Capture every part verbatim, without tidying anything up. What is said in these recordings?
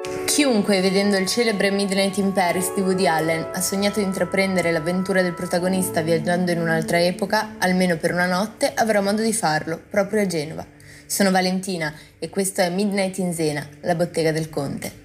Chiunque, vedendo il celebre Midnight in Paris di Woody Allen, ha sognato di intraprendere l'avventura del protagonista viaggiando in un'altra epoca, almeno per una notte, avrà modo di farlo, proprio a Genova. Sono Valentina e questo è Midnight in Zena, la bottega del Conte.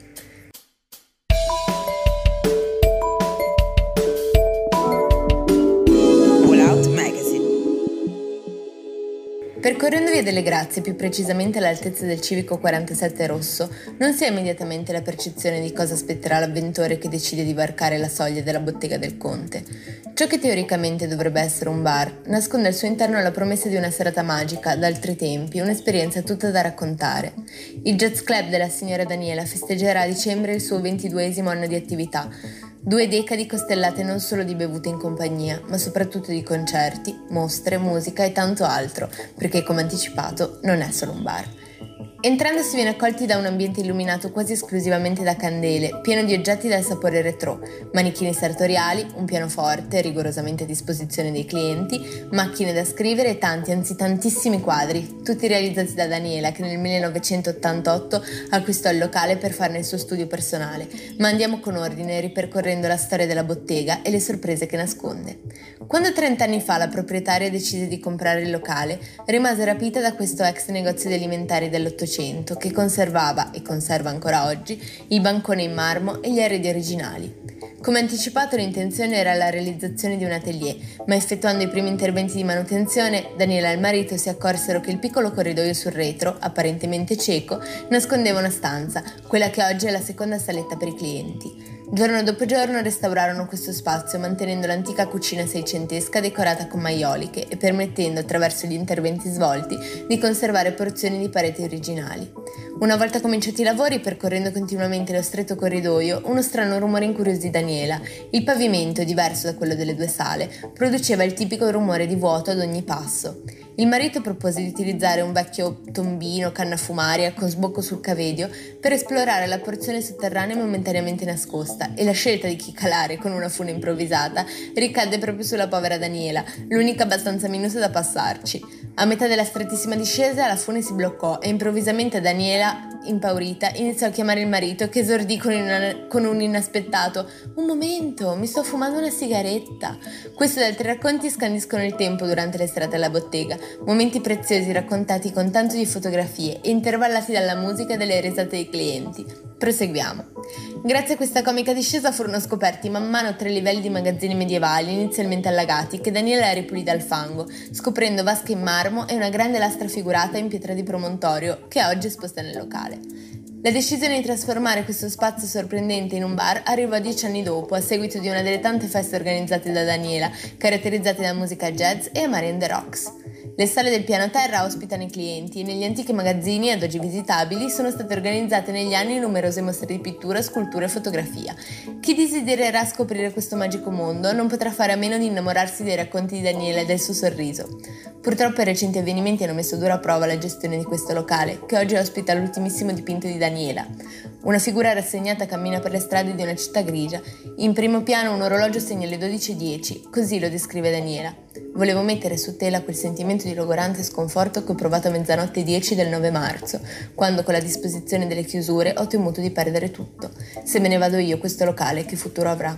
Percorrendo Via delle Grazie, più precisamente all'altezza del civico quarantasette rosso, non si ha immediatamente la percezione di cosa aspetterà l'avventore che decide di varcare la soglia della bottega del Conte. Ciò che teoricamente dovrebbe essere un bar, nasconde al suo interno la promessa di una serata magica, d'altri tempi, un'esperienza tutta da raccontare. Il Jazz Club della signora Daniela festeggerà a dicembre il suo ventiduesimo anno di attività. Due decadi costellate non solo di bevute in compagnia, ma soprattutto di concerti, mostre, musica e tanto altro, perché come anticipato non è solo un bar. Entrando si viene accolti da un ambiente illuminato quasi esclusivamente da candele, pieno di oggetti dal sapore retro, manichini sartoriali, un pianoforte rigorosamente a disposizione dei clienti, macchine da scrivere e tanti, anzi tantissimi quadri, tutti realizzati da Daniela che nel millenovecentottantotto acquistò il locale per farne il suo studio personale, ma andiamo con ordine ripercorrendo la storia della bottega e le sorprese che nasconde. Quando trent'anni fa la proprietaria decise di comprare il locale, rimase rapita da questo ex negozio di alimentari dell'Ottocento che conservava, e conserva ancora oggi, il bancone in marmo e gli arredi originali. Come anticipato, l'intenzione era la realizzazione di un atelier, ma effettuando i primi interventi di manutenzione, Daniela e il marito si accorsero che il piccolo corridoio sul retro, apparentemente cieco, nascondeva una stanza, quella che oggi è la seconda saletta per i clienti. Giorno dopo giorno restaurarono questo spazio mantenendo l'antica cucina seicentesca decorata con maioliche e permettendo, attraverso gli interventi svolti, di conservare porzioni di pareti originali. Una volta cominciati i lavori, percorrendo continuamente lo stretto corridoio, uno strano rumore incuriosì Daniela. Il pavimento, diverso da quello delle due sale, produceva il tipico rumore di vuoto ad ogni passo. Il marito propose di utilizzare un vecchio tombino cannafumaria con sbocco sul cavedio per esplorare la porzione sotterranea momentaneamente nascosta e la scelta di chi calare con una fune improvvisata ricadde proprio sulla povera Daniela, l'unica abbastanza minuta da passarci. A metà della strettissima discesa la fune si bloccò e improvvisamente Daniela, impaurita, iniziò a chiamare il marito che esordì con, una, con un inaspettato «Un momento, mi sto fumando una sigaretta». Questo ed altri racconti scandiscono il tempo durante le serate alla bottega, momenti preziosi raccontati con tanto di fotografie e intervallati dalla musica e dalle risate dei clienti. Proseguiamo. Grazie a questa comica discesa furono scoperti man mano tre livelli di magazzini medievali inizialmente allagati che Daniela ripulì dal fango, scoprendo vasche in marmo e una grande lastra figurata in pietra di promontorio che oggi è esposta nel locale. La decisione di trasformare questo spazio sorprendente in un bar arrivò dieci anni dopo, a seguito di una delle tante feste organizzate da Daniela, caratterizzate da musica jazz e Amare and the Rocks. Le sale del piano terra ospitano i clienti e negli antichi magazzini, ad oggi visitabili, sono state organizzate negli anni numerose mostre di pittura, scultura e fotografia. Chi desidererà scoprire questo magico mondo non potrà fare a meno di innamorarsi dei racconti di Daniela e del suo sorriso. Purtroppo i recenti avvenimenti hanno messo a dura prova la gestione di questo locale, che oggi ospita l'ultimissimo dipinto di Daniela. Una figura rassegnata cammina per le strade di una città grigia. In primo piano un orologio segna le dodici e dieci, così lo descrive Daniela. Volevo mettere su tela quel sentimento di logorante sconforto che ho provato a mezzanotte e dieci del nove marzo, quando con la disposizione delle chiusure ho temuto di perdere tutto. Se me ne vado io, questo locale che futuro avrà?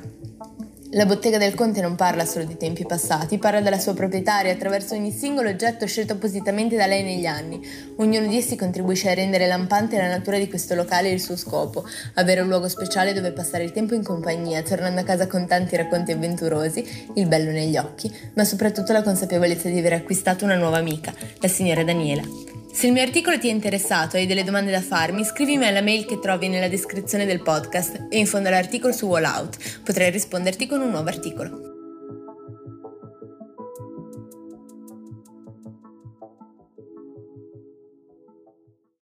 La bottega del Conte non parla solo di tempi passati, parla della sua proprietaria attraverso ogni singolo oggetto scelto appositamente da lei negli anni. Ognuno di essi contribuisce a rendere lampante la natura di questo locale e il suo scopo, avere un luogo speciale dove passare il tempo in compagnia, tornando a casa con tanti racconti avventurosi, il bello negli occhi, ma soprattutto la consapevolezza di aver acquistato una nuova amica, la signora Daniela. Se il mio articolo ti è interessato e hai delle domande da farmi, scrivimi alla mail che trovi nella descrizione del podcast e in fondo all'articolo su Wallout. Potrei risponderti con un nuovo articolo.